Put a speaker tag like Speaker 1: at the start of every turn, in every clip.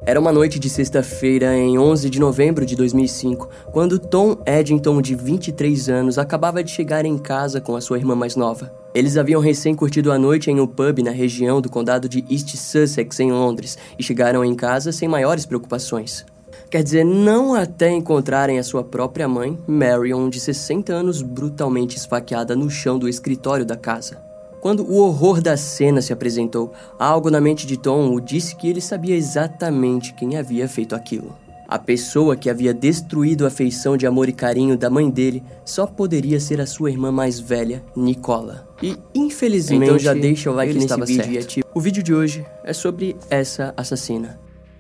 Speaker 1: Era uma noite de sexta-feira em 11 de novembro de 2005, quando Tom Edington, de 23 anos, acabava de chegar em casa com a sua irmã mais nova. Eles haviam recém curtido a noite em um pub na região do condado de East Sussex, em Londres, e chegaram em casa sem maiores preocupações. Quer dizer, não até encontrarem a sua própria mãe, Marion, de 60 anos, brutalmente esfaqueada no chão do escritório da casa. Quando o horror da cena se apresentou, algo na mente de Tom o disse que ele sabia exatamente quem havia feito aquilo. A pessoa que havia destruído a afeição de amor e carinho da mãe dele só poderia ser a sua irmã mais velha, Nicola. E, infelizmente, então já deixa o like nesse vídeo. O vídeo de hoje é sobre essa assassina.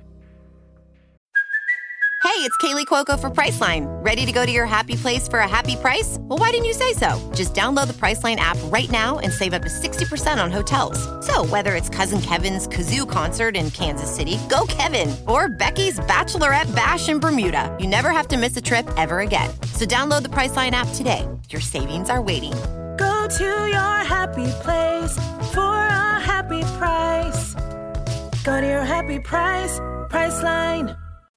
Speaker 2: Hey, it's Kaylee Cuoco for Priceline. Ready to go to your happy place for a happy price? Well, why didn't you say so? Just download the Priceline app right now and save up to 60% on hotels. So whether it's Cousin Kevin's Kazoo Concert in Kansas City, go Kevin, or Becky's Bachelorette Bash in Bermuda, you never have to miss a trip ever again. So download the Priceline app today. Your savings are waiting.
Speaker 3: Go to your happy place for a happy price. Go to your happy price, Priceline.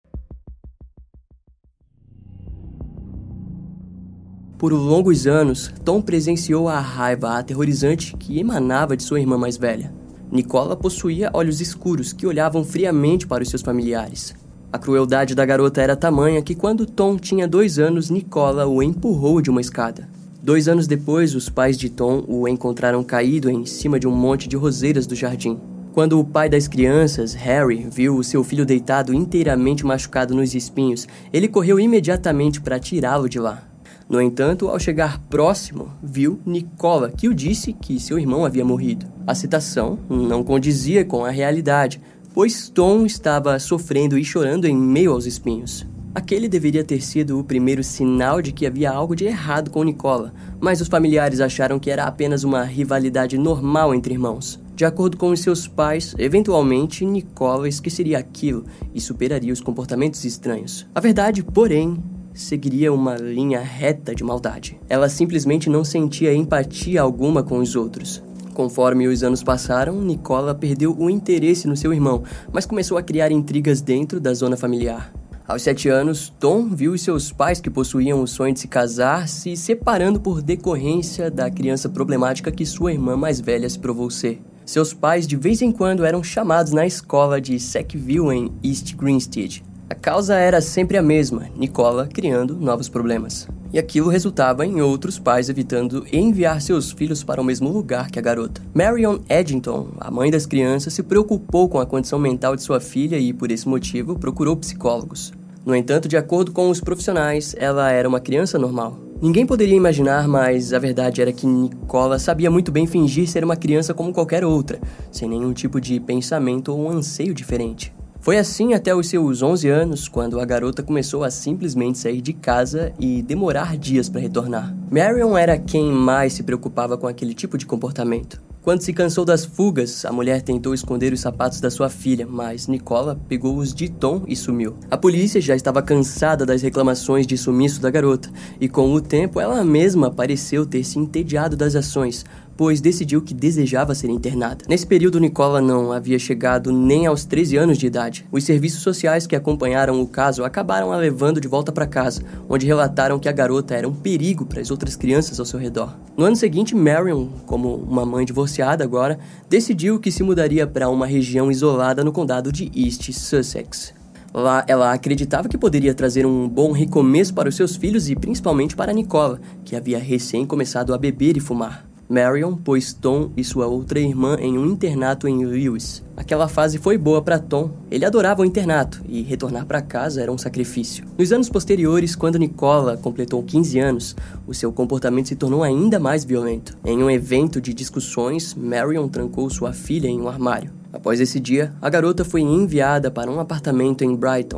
Speaker 1: Por longos anos, Tom presenciou a raiva aterrorizante que emanava de sua irmã mais velha. Nicola possuía olhos escuros que olhavam friamente para os seus familiares. A crueldade da garota era tamanha que quando Tom tinha 2 anos, Nicola o empurrou de uma escada. 2 anos depois, os pais de Tom o encontraram caído em cima de um monte de roseiras do jardim. Quando o pai das crianças, Harry, viu o seu filho deitado inteiramente machucado nos espinhos, ele correu imediatamente para tirá-lo de lá. No entanto, ao chegar próximo, viu Nicola, que o disse que seu irmão havia morrido. A citação não condizia com a realidade, pois Tom estava sofrendo e chorando em meio aos espinhos. Aquele deveria ter sido o primeiro sinal de que havia algo de errado com Nicola, mas os familiares acharam que era apenas uma rivalidade normal entre irmãos. De acordo com os seus pais, eventualmente Nicola esqueceria aquilo e superaria os comportamentos estranhos. A verdade, porém, seguiria uma linha reta de maldade. Ela simplesmente não sentia empatia alguma com os outros. Conforme os anos passaram, Nicola perdeu o interesse no seu irmão, mas começou a criar intrigas dentro da zona familiar. Aos 7 anos, Tom viu os seus pais, que possuíam o sonho de se casar, se separando por decorrência da criança problemática que sua irmã mais velha se provou ser. Seus pais de vez em quando eram chamados na escola de Sackville em East Grinstead. A causa era sempre a mesma, Nicola criando novos problemas. E aquilo resultava em outros pais evitando enviar seus filhos para o mesmo lugar que a garota. Marion Edington, a mãe das crianças, se preocupou com a condição mental de sua filha e, por esse motivo, procurou psicólogos. No entanto, de acordo com os profissionais, ela era uma criança normal. Ninguém poderia imaginar, mas a verdade era que Nicola sabia muito bem fingir ser uma criança como qualquer outra, sem nenhum tipo de pensamento ou anseio diferente. Foi assim até os seus 11 anos, quando a garota começou a simplesmente sair de casa e demorar dias para retornar. Marion era quem mais se preocupava com aquele tipo de comportamento. Quando se cansou das fugas, a mulher tentou esconder os sapatos da sua filha, mas Nicola pegou-os de Tom e sumiu. A polícia já estava cansada das reclamações de sumiço da garota, e com o tempo ela mesma pareceu ter se entediado das ações, pois decidiu que desejava ser internada. Nesse período, Nicola não havia chegado nem aos 13 anos de idade. Os serviços sociais que acompanharam o caso acabaram a levando de volta para casa, onde relataram que a garota era um perigo para as outras crianças ao seu redor. No ano seguinte, Marion, como uma mãe divorciada agora, decidiu que se mudaria para uma região isolada no condado de East Sussex. Lá, ela acreditava que poderia trazer um bom recomeço para os seus filhos e principalmente para Nicola, que havia recém começado a beber e fumar. Marion pôs Tom e sua outra irmã em um internato em Lewes. Aquela fase foi boa para Tom. Ele adorava o internato e retornar para casa era um sacrifício. Nos anos posteriores, quando Nicola completou 15 anos, o seu comportamento se tornou ainda mais violento. Em um evento de discussões, Marion trancou sua filha em um armário. Após esse dia, a garota foi enviada para um apartamento em Brighton.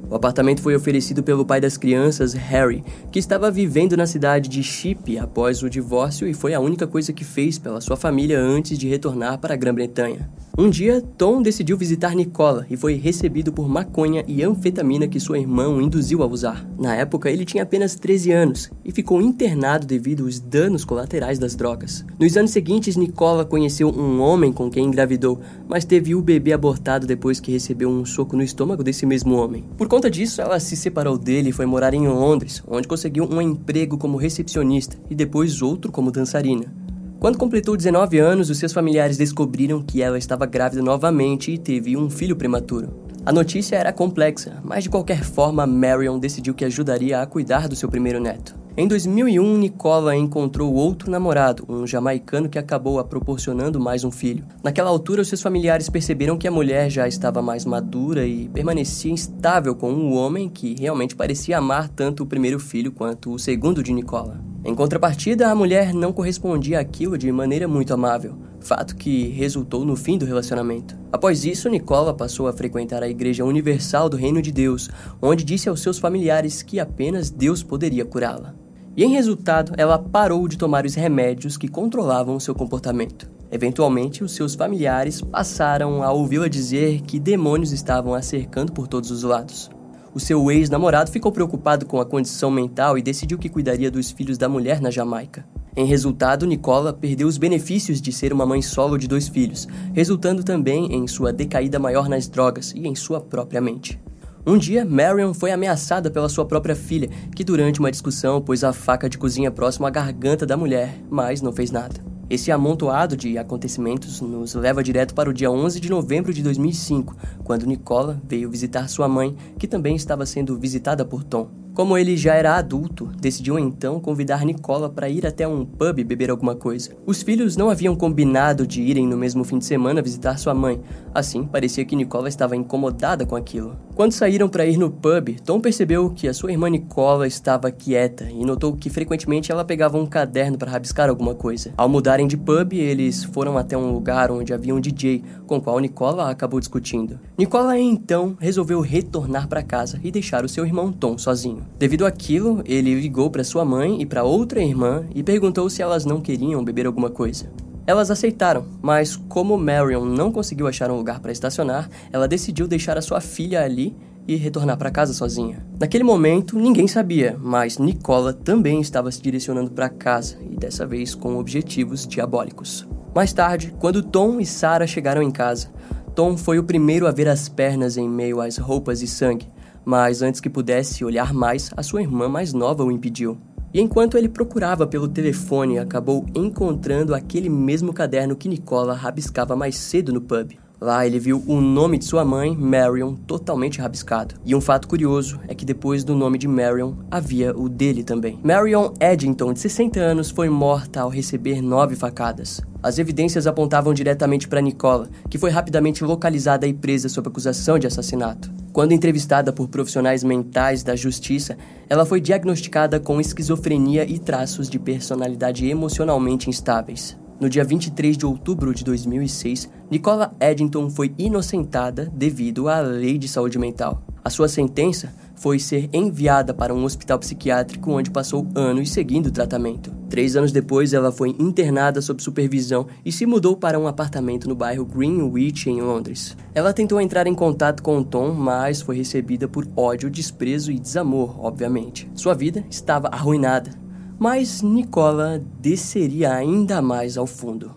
Speaker 1: O apartamento foi oferecido pelo pai das crianças, Harry, que estava vivendo na cidade de Sheep após o divórcio e foi a única coisa que fez pela sua família antes de retornar para a Grã-Bretanha. Um dia, Tom decidiu visitar Nicola e foi recebido por maconha e anfetamina que sua irmã o induziu a usar. Na época, ele tinha apenas 13 anos e ficou internado devido aos danos colaterais das drogas. Nos anos seguintes, Nicola conheceu um homem com quem engravidou, mas teve o bebê abortado depois que recebeu um soco no estômago desse mesmo homem. Por conta disso, ela se separou dele e foi morar em Londres, onde conseguiu um emprego como recepcionista e depois outro como dançarina. Quando completou 19 anos, os seus familiares descobriram que ela estava grávida novamente e teve um filho prematuro. A notícia era complexa, mas de qualquer forma, Marion decidiu que ajudaria a cuidar do seu primeiro neto. Em 2001, Nicola encontrou outro namorado, um jamaicano que acabou a proporcionando mais um filho. Naquela altura, os seus familiares perceberam que a mulher já estava mais madura e permanecia instável com um homem que realmente parecia amar tanto o primeiro filho quanto o segundo de Nicola. Em contrapartida, a mulher não correspondia àquilo de maneira muito amável, fato que resultou no fim do relacionamento. Após isso, Nicola passou a frequentar a Igreja Universal do Reino de Deus, onde disse aos seus familiares que apenas Deus poderia curá-la. E em resultado, ela parou de tomar os remédios que controlavam seu comportamento. Eventualmente, os seus familiares passaram a ouvi-la dizer que demônios estavam a cercando por todos os lados. O seu ex-namorado ficou preocupado com a condição mental e decidiu que cuidaria dos filhos da mulher na Jamaica. Em resultado, Nicola perdeu os benefícios de ser uma mãe solo de 2 filhos, resultando também em sua decaída maior nas drogas e em sua própria mente. Um dia, Marion foi ameaçada pela sua própria filha, que durante uma discussão pôs a faca de cozinha próximo à garganta da mulher, mas não fez nada. Esse amontoado de acontecimentos nos leva direto para o dia 11 de novembro de 2005, quando Nicola veio visitar sua mãe, que também estava sendo visitada por Tom. Como ele já era adulto, decidiu então convidar Nicola para ir até um pub beber alguma coisa. Os filhos não haviam combinado de irem no mesmo fim de semana visitar sua mãe, assim parecia que Nicola estava incomodada com aquilo. Quando saíram para ir no pub, Tom percebeu que a sua irmã Nicola estava quieta e notou que frequentemente ela pegava um caderno para rabiscar alguma coisa. Ao mudarem de pub, eles foram até um lugar onde havia um DJ, com o qual Nicola acabou discutindo. Nicola então resolveu retornar para casa e deixar o seu irmão Tom sozinho. Devido àquilo, ele ligou para sua mãe e para outra irmã e perguntou se elas não queriam beber alguma coisa. Elas aceitaram, mas como Marion não conseguiu achar um lugar para estacionar, ela decidiu deixar a sua filha ali e retornar para casa sozinha. Naquele momento, ninguém sabia, mas Nicola também estava se direcionando para casa, e dessa vez com objetivos diabólicos. Mais tarde, quando Tom e Sarah chegaram em casa, Tom foi o primeiro a ver as pernas em meio às roupas e sangue, mas antes que pudesse olhar mais, a sua irmã mais nova o impediu. E enquanto ele procurava pelo telefone, acabou encontrando aquele mesmo caderno que Nicola rabiscava mais cedo no pub. Lá ele viu o nome de sua mãe, Marion, totalmente rabiscado. E um fato curioso é que depois do nome de Marion, havia o dele também. Marion Eddington, de 60 anos, foi morta ao receber 9 facadas. As evidências apontavam diretamente para Nicola, que foi rapidamente localizada e presa sob acusação de assassinato. Quando entrevistada por profissionais mentais da justiça, ela foi diagnosticada com esquizofrenia e traços de personalidade emocionalmente instáveis. No dia 23 de outubro de 2006, Nicola Eddington foi inocentada devido à lei de saúde mental. A sua sentença foi ser enviada para um hospital psiquiátrico onde passou anos seguindo o tratamento. 3 anos depois, ela foi internada sob supervisão e se mudou para um apartamento no bairro Greenwich, em Londres. Ela tentou entrar em contato com Tom, mas foi recebida por ódio, desprezo e desamor, obviamente. Sua vida estava arruinada. Mas Nicola desceria ainda mais ao fundo.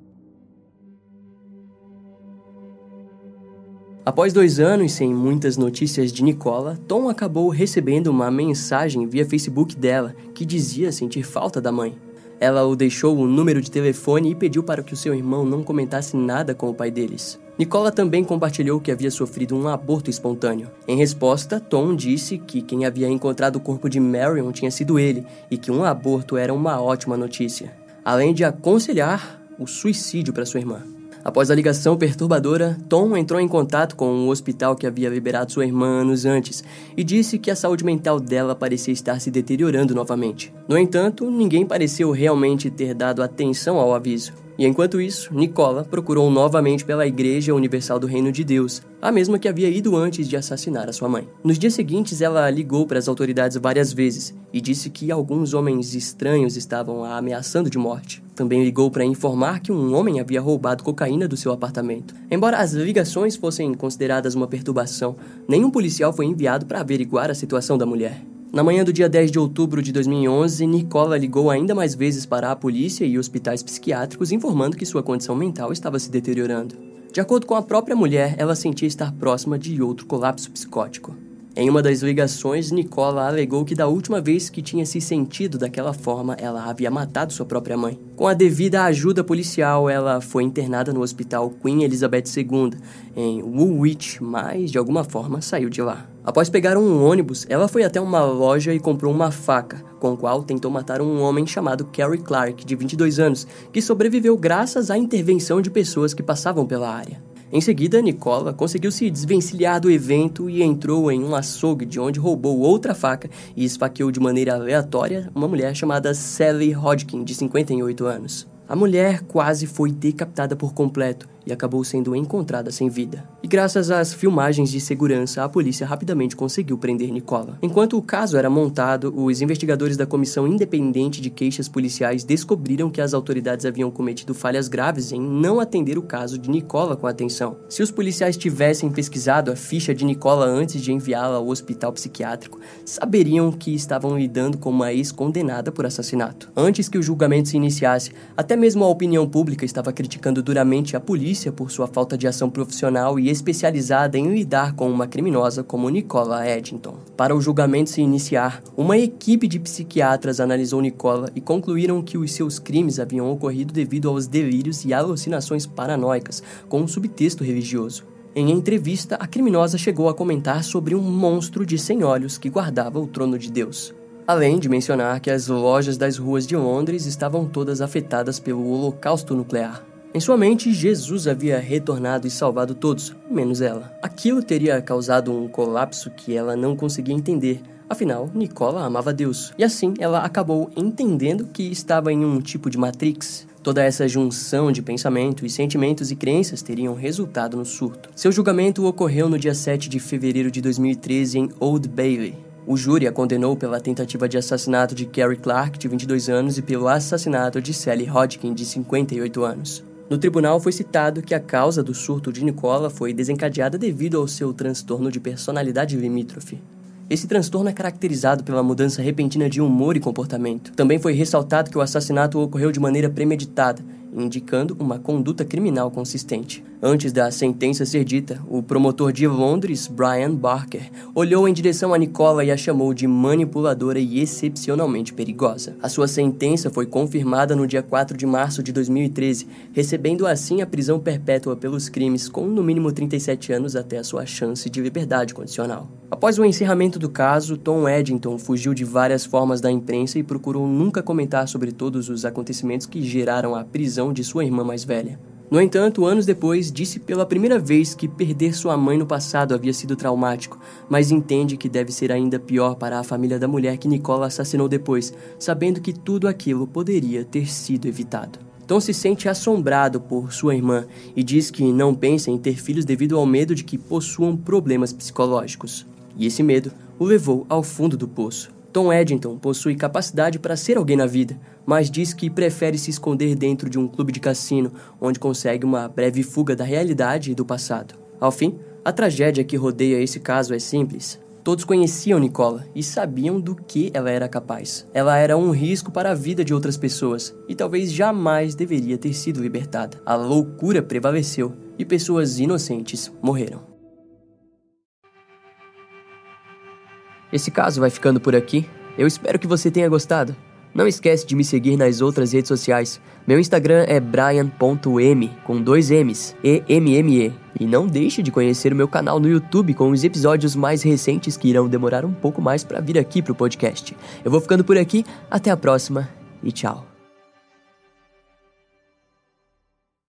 Speaker 1: Após 2 anos sem muitas notícias de Nicola, Tom acabou recebendo uma mensagem via Facebook dela que dizia sentir falta da mãe. Ela o deixou o número de telefone e pediu para que o seu irmão não comentasse nada com o pai deles. Nicola também compartilhou que havia sofrido um aborto espontâneo. Em resposta, Tom disse que quem havia encontrado o corpo de Marion tinha sido ele e que um aborto era uma ótima notícia, além de aconselhar o suicídio para sua irmã. Após a ligação perturbadora, Tom entrou em contato com um hospital que havia liberado sua irmã anos antes e disse que a saúde mental dela parecia estar se deteriorando novamente. No entanto, ninguém pareceu realmente ter dado atenção ao aviso. E enquanto isso, Nicola procurou novamente pela Igreja Universal do Reino de Deus, a mesma que havia ido antes de assassinar a sua mãe. Nos dias seguintes, ela ligou para as autoridades várias vezes e disse que alguns homens estranhos estavam a ameaçando de morte. Também ligou para informar que um homem havia roubado cocaína do seu apartamento. Embora as ligações fossem consideradas uma perturbação, nenhum policial foi enviado para averiguar a situação da mulher. Na manhã do dia 10 de outubro de 2011, Nicola ligou ainda mais vezes para a polícia e hospitais psiquiátricos informando que sua condição mental estava se deteriorando. De acordo com a própria mulher, ela sentia estar próxima de outro colapso psicótico. Em uma das ligações, Nicola alegou que da última vez que tinha se sentido daquela forma, ela havia matado sua própria mãe. Com a devida ajuda policial, ela foi internada no hospital Queen Elizabeth II, em Woolwich, mas de alguma forma saiu de lá. Após pegar um ônibus, ela foi até uma loja e comprou uma faca, com a qual tentou matar um homem chamado Kerry Clark, de 22 anos, que sobreviveu graças à intervenção de pessoas que passavam pela área. Em seguida, Nicola conseguiu se desvencilhar do evento e entrou em um açougue de onde roubou outra faca e esfaqueou de maneira aleatória uma mulher chamada Sally Hodgkin, de 58 anos. A mulher quase foi decapitada por completo e acabou sendo encontrada sem vida. E graças às filmagens de segurança, a polícia rapidamente conseguiu prender Nicola. Enquanto o caso era montado, os investigadores da Comissão Independente de Queixas Policiais descobriram que as autoridades haviam cometido falhas graves em não atender o caso de Nicola com atenção. Se os policiais tivessem pesquisado a ficha de Nicola antes de enviá-la ao hospital psiquiátrico, saberiam que estavam lidando com uma ex-condenada por assassinato. Antes que o julgamento se iniciasse, até mesmo a opinião pública estava criticando duramente a polícia por sua falta de ação profissional e especializada em lidar com uma criminosa como Nicola Eddington. Para o julgamento se iniciar, uma equipe de psiquiatras analisou Nicola e concluíram que os seus crimes haviam ocorrido devido aos delírios e alucinações paranoicas, com um subtexto religioso. Em entrevista, a criminosa chegou a comentar sobre um monstro de 100 olhos que guardava o trono de Deus. Além de mencionar que as lojas das ruas de Londres estavam todas afetadas pelo holocausto nuclear. Em sua mente, Jesus havia retornado e salvado todos, menos ela. Aquilo teria causado um colapso que ela não conseguia entender. Afinal, Nicola amava Deus. E assim, ela acabou entendendo que estava em um tipo de Matrix. Toda essa junção de pensamentos, sentimentos e crenças teriam resultado no surto. Seu julgamento ocorreu no dia 7 de fevereiro de 2013 em Old Bailey. O júri a condenou pela tentativa de assassinato de Kerry Clark, de 22 anos, e pelo assassinato de Sally Hodgkin, de 58 anos. No tribunal foi citado que a causa do surto de Nicola foi desencadeada devido ao seu transtorno de personalidade limítrofe. Esse transtorno é caracterizado pela mudança repentina de humor e comportamento. Também foi ressaltado que o assassinato ocorreu de maneira premeditada, indicando uma conduta criminal consistente. Antes da sentença ser dita, o promotor de Londres, Brian Barker, olhou em direção a Nicola e a chamou de manipuladora e excepcionalmente perigosa. A sua sentença foi confirmada no dia 4 de março de 2013, recebendo assim a prisão perpétua pelos crimes com no mínimo 37 anos até a sua chance de liberdade condicional. Após o encerramento do caso, Tom Eddington fugiu de várias formas da imprensa e procurou nunca comentar sobre todos os acontecimentos que geraram a prisão de sua irmã mais velha. No entanto, anos depois, disse pela primeira vez que perder sua mãe no passado havia sido traumático, mas entende que deve ser ainda pior para a família da mulher que Nicola assassinou depois, sabendo que tudo aquilo poderia ter sido evitado. Tom se sente assombrado por sua irmã e diz que não pensa em ter filhos devido ao medo de que possuam problemas psicológicos. E esse medo o levou ao fundo do poço. Tom Eddington possui capacidade para ser alguém na vida, mas diz que prefere se esconder dentro de um clube de cassino, onde consegue uma breve fuga da realidade e do passado. Ao fim, a tragédia que rodeia esse caso é simples. Todos conheciam Nicola e sabiam do que ela era capaz. Ela era um risco para a vida de outras pessoas e talvez jamais deveria ter sido libertada. A loucura prevaleceu e pessoas inocentes morreram. Esse caso vai ficando por aqui. Eu espero que você tenha gostado. Não esquece de me seguir nas outras redes sociais. Meu Instagram é brian.m, com 2 M's, E-M-M-E. E não deixe de conhecer o meu canal no YouTube com os episódios mais recentes que irão demorar um pouco mais para vir aqui pro podcast. Eu vou ficando por aqui, até a próxima e tchau.